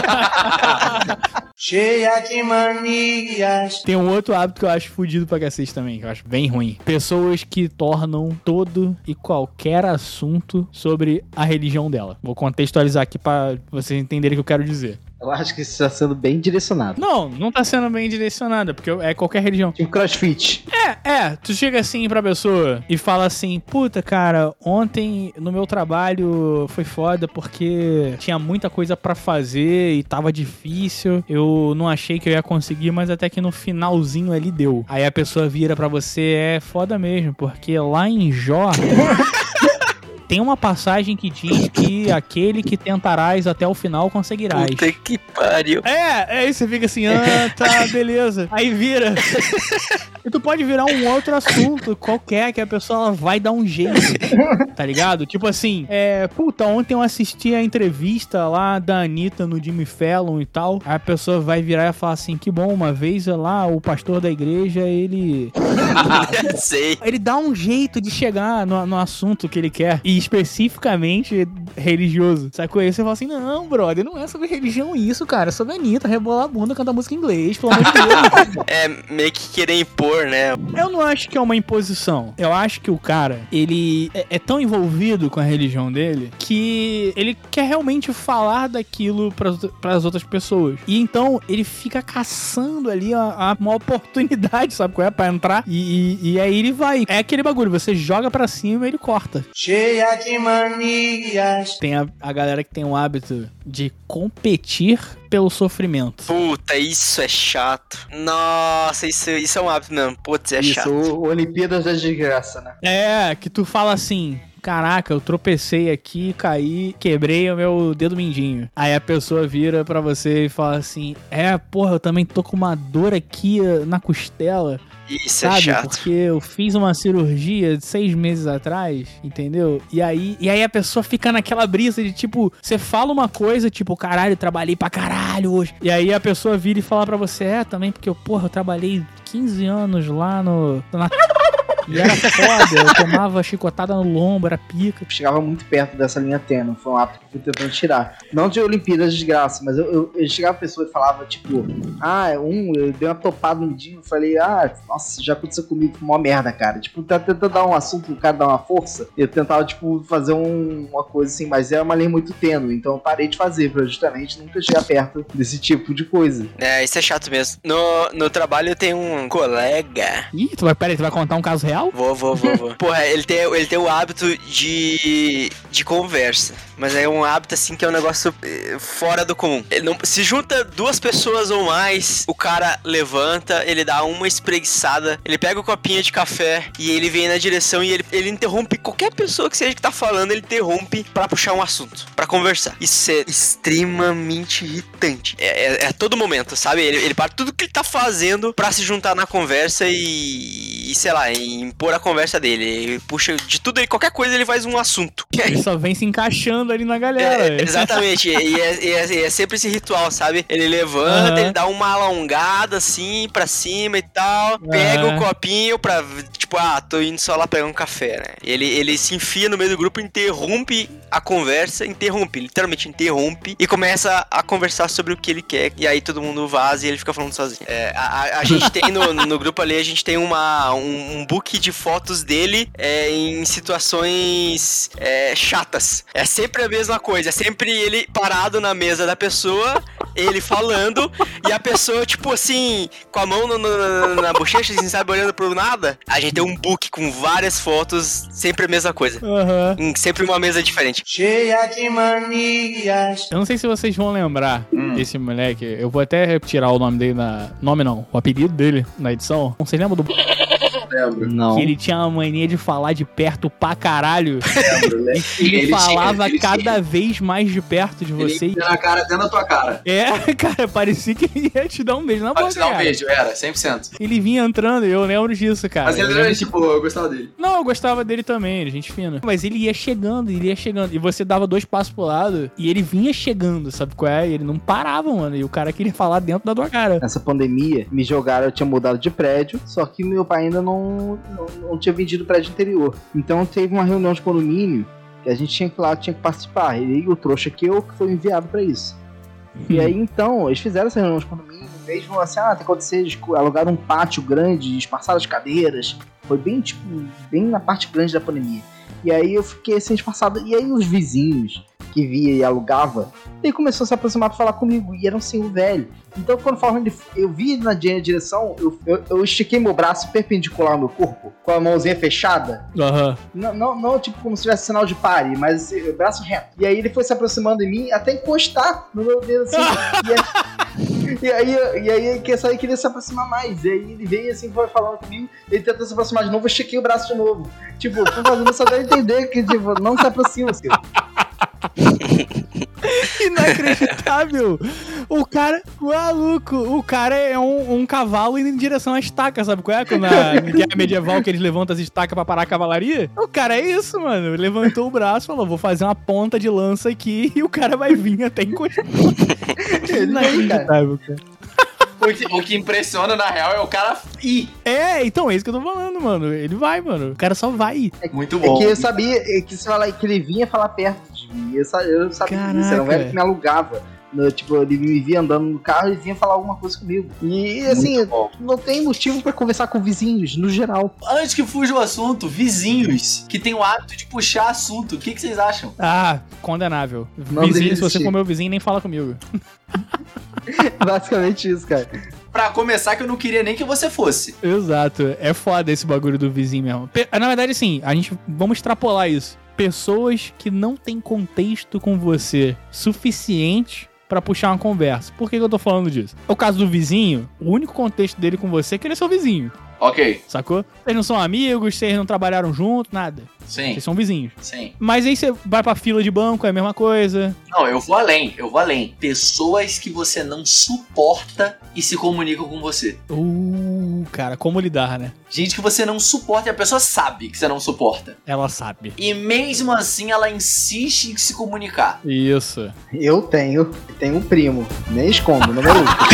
Cheia de manias. Tem um outro hábito que eu acho fudido pra cacete também, que eu acho bem ruim. Pessoas que tornam todo e qualquer assunto sobre a religião dela. Vou contextualizar aqui pra vocês entenderem o que eu quero dizer. Eu acho que isso está sendo bem direcionado. Não tá sendo bem direcionado, porque é qualquer religião. Tipo crossfit. Tu chega assim pra pessoa e fala assim, puta, cara, ontem no meu trabalho foi foda porque tinha muita coisa pra fazer e tava difícil, eu não achei que eu ia conseguir, mas até que no finalzinho ali deu. Aí a pessoa vira pra você, é foda mesmo, porque lá em Jó... Tem uma passagem que diz que aquele que tentarás até o final conseguirás. Puta que pariu. Aí você fica assim, tá, beleza. Aí vira. E tu pode virar um outro assunto qualquer, que a pessoa ela vai dar um jeito, tá ligado? Tipo assim, ontem eu assisti a entrevista lá da Anitta no Jimmy Fallon e tal. Aí a pessoa vai virar e falar assim, que bom, uma vez lá, o pastor da igreja, ele... Sei. Ele dá um jeito de chegar no assunto que ele quer. E especificamente religioso. Sacou? Aí você fala assim, não, brother, não é sobre religião isso, cara. É sobre a Anitta, rebolar a bunda, cantar música em inglês, pelo amor de Deus. É meio que querer impor, né? Eu não acho que é uma imposição. Eu acho que o cara, ele é tão envolvido com a religião dele que ele quer realmente falar daquilo pras outras pessoas. E então ele fica caçando ali uma oportunidade, sabe qual é? Pra entrar. E aí ele vai. É aquele bagulho, você joga pra cima e ele corta. Cheia de manias. Tem a galera que tem o hábito de competir pelo sofrimento. Puta, isso é chato. Nossa, isso é um hábito mesmo. Putz, é chato. Isso, Olimpíadas da Desgraça, né? Que tu fala assim... caraca, eu tropecei aqui, caí, quebrei o meu dedo mindinho. Aí a pessoa vira pra você e fala assim, porra, eu também tô com uma dor aqui na costela. Isso sabe? É chato. Porque eu fiz uma cirurgia de 6 meses atrás, entendeu? E aí a pessoa fica naquela brisa de tipo, você fala uma coisa, tipo, caralho, trabalhei pra caralho hoje. E aí a pessoa vira e fala pra você, também porque eu travei 15 anos lá na... E era foda, eu tomava chicotada no lombo, era pica. Chegava muito perto dessa linha tênue, foi um hábito que eu fui tentando tirar. Não de Olimpíadas de desgraça, mas eu chegava a pessoa e falava, tipo, eu dei uma topada um dia, eu falei, nossa, já aconteceu comigo, foi uma merda, cara. Tipo, tá tentando dar um assunto, o cara dar uma força, eu tentava, tipo, fazer uma coisa assim, mas era uma linha muito tênue, então eu parei de fazer, pra justamente nunca chegar perto desse tipo de coisa. Isso é chato mesmo. No trabalho eu tenho um colega... Ih, peraí, tu vai contar um caso real? Vou. Porra, ele tem o hábito de conversa. Mas é um hábito, assim, que é um negócio fora do comum. Ele não, se junta 2 pessoas ou mais, o cara levanta, ele dá uma espreguiçada, ele pega o copinho de café e ele vem na direção e ele interrompe qualquer pessoa que seja que tá falando, ele interrompe pra puxar um assunto, pra conversar. Isso é extremamente irritante. É a todo momento, sabe? Ele para tudo que ele tá fazendo pra se juntar na conversa e sei lá, impor a conversa dele. Ele puxa de tudo aí, qualquer coisa ele faz um assunto. Ele só vem se encaixando ali na galera. Exatamente. E é sempre esse ritual, sabe? Ele levanta, ele dá uma alongada assim pra cima e tal, pega o copinho pra, tipo, tô indo só lá pegar um café, né? Ele se enfia no meio do grupo, interrompe a conversa, literalmente interrompe e começa a conversar sobre o que ele quer. E aí todo mundo vaza e ele fica falando sozinho. A gente tem no grupo ali, a gente tem um book de fotos dele em situações chatas. É sempre a mesma coisa, é sempre ele parado na mesa da pessoa, ele falando, e a pessoa, tipo assim, com a mão na bochecha, assim, sabe, olhando pro nada. A gente tem um book com várias fotos, sempre a mesma coisa. Sempre uma mesa diferente. Cheia de manias. Eu não sei se vocês vão lembrar desse moleque. Eu vou até tirar o nome dele o apelido dele na edição. Vocês lembram do... Lembro. Não. Que ele tinha uma mania de falar de perto pra caralho. Lembro, né? Ele falava cada vez mais de perto de você. Ele na cara, dentro da tua cara. Cara, parecia que ele ia te dar um beijo na boca. Pode te dar um beijo, era, 100%. Ele vinha entrando, eu lembro disso, cara. Mas ele era, tipo, eu gostava dele. Não, eu gostava dele também, ele é gente fina. Mas ele ia chegando. E você dava 2 passos pro lado e ele vinha chegando, sabe qual é? E ele não parava, mano. E o cara queria falar dentro da tua cara. Nessa pandemia, me jogaram, eu tinha mudado de prédio, só que meu pai ainda não tinha vendido o prédio anterior. Então teve uma reunião de condomínio que a gente tinha que participar. E o trouxa que foi enviado pra isso. E aí então, eles fizeram essa reunião de condomínio, eles vão assim, tem que acontecer, eles alugaram um pátio grande, espaçaram as cadeiras. Foi bem na parte grande da pandemia. E aí eu fiquei assim, disfarçado. E aí os vizinhos que via e alugava, ele começou a se aproximar pra falar comigo. E era um senhor velho. Então, conforme eu vi na direção, eu estiquei meu braço perpendicular ao meu corpo, com a mãozinha fechada. Não tipo como se tivesse sinal de pare, mas assim, o braço reto. E aí ele foi se aproximando de mim até encostar no meu dedo assim. E aí ele queria se aproximar mais. E aí ele veio assim, foi falando comigo. Ele tentou se aproximar de novo, eu estiquei o braço de novo. Tipo, tô fazendo só pra entender que, tipo, não se aproxima, senhor. Inacreditável. O cara, maluco, o cara é um cavalo indo em direção à estaca, sabe qual é? Quando na guerra medieval que eles levantam as estacas pra parar a cavalaria. O cara é isso, mano. Ele levantou o braço e falou, vou fazer uma ponta de lança aqui e o cara vai vir até encostar. Inacreditável, cara. O que impressiona, na real, é o cara ir. Então, é isso que eu tô falando, mano. Ele vai, mano. O cara só vai. Muito bom. É que eu sabia que ele vinha falar perto de mim. Eu sabia disso. Era um velho que me alugava. Tipo, ele me via andando no carro e vinha falar alguma coisa comigo. E assim, não tem motivo pra conversar com vizinhos, no geral. Antes que fuja o assunto, vizinhos que tem o hábito de puxar assunto. O que vocês acham? Condenável. Não Vizinho, se você for meu vizinho, nem fala comigo. Basicamente isso, cara. Pra começar, que eu não queria nem que você fosse. Exato. É foda esse bagulho do vizinho mesmo. Na verdade, sim, vamos extrapolar isso. Pessoas que não têm contexto com você suficiente pra puxar uma conversa. Por que eu tô falando disso? O caso do vizinho, o único contexto dele com você é que ele é seu vizinho. Ok. Sacou? Vocês não são amigos, vocês não trabalharam junto, nada. Sim. Vocês são vizinhos. Sim. Mas aí você vai pra fila de banco, é a mesma coisa. Não, eu vou além. Pessoas que você não suporta e se comunicam com você. Cara, como lidar, né? Gente que você não suporta e a pessoa sabe que você não suporta. Ela sabe. E mesmo assim ela insiste em se comunicar. Isso. Eu tenho um primo, nem escondo, não é maluco.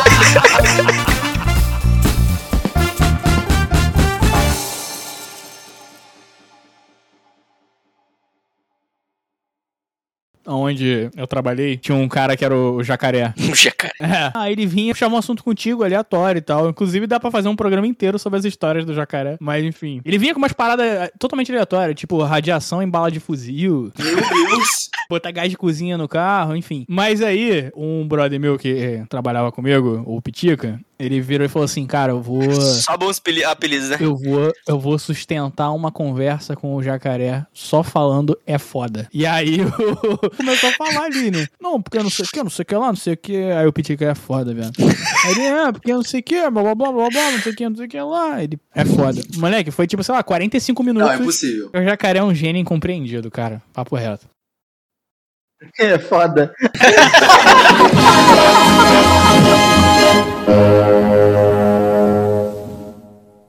Onde eu trabalhei, tinha um cara que era o Jacaré. Um jacaré. Aí ele vinha puxar um assunto contigo, aleatório e tal. Inclusive dá pra fazer um programa inteiro sobre as histórias do Jacaré. Mas enfim. Ele vinha com umas paradas totalmente aleatórias, tipo radiação em bala de fuzil. Meu Deus! Botar gás de cozinha no carro, enfim. Mas aí, um brother meu que trabalhava comigo, o Pitica, ele virou e falou assim, cara, eu vou... Só bons apelidos, né? Eu vou sustentar uma conversa com o Jacaré só falando é foda. E aí começou a falar ali, né? Não, porque eu não sei o que, não sei o que lá, não sei o que. Aí o Pitica é foda, velho. Aí ele, porque eu não sei o que, blá blá blá blá blá, não sei o que lá. Ele é foda. Moleque, foi tipo, sei lá, 45 minutos. Não, é impossível. O Jacaré é um gênio incompreendido, cara. Papo reto. É foda.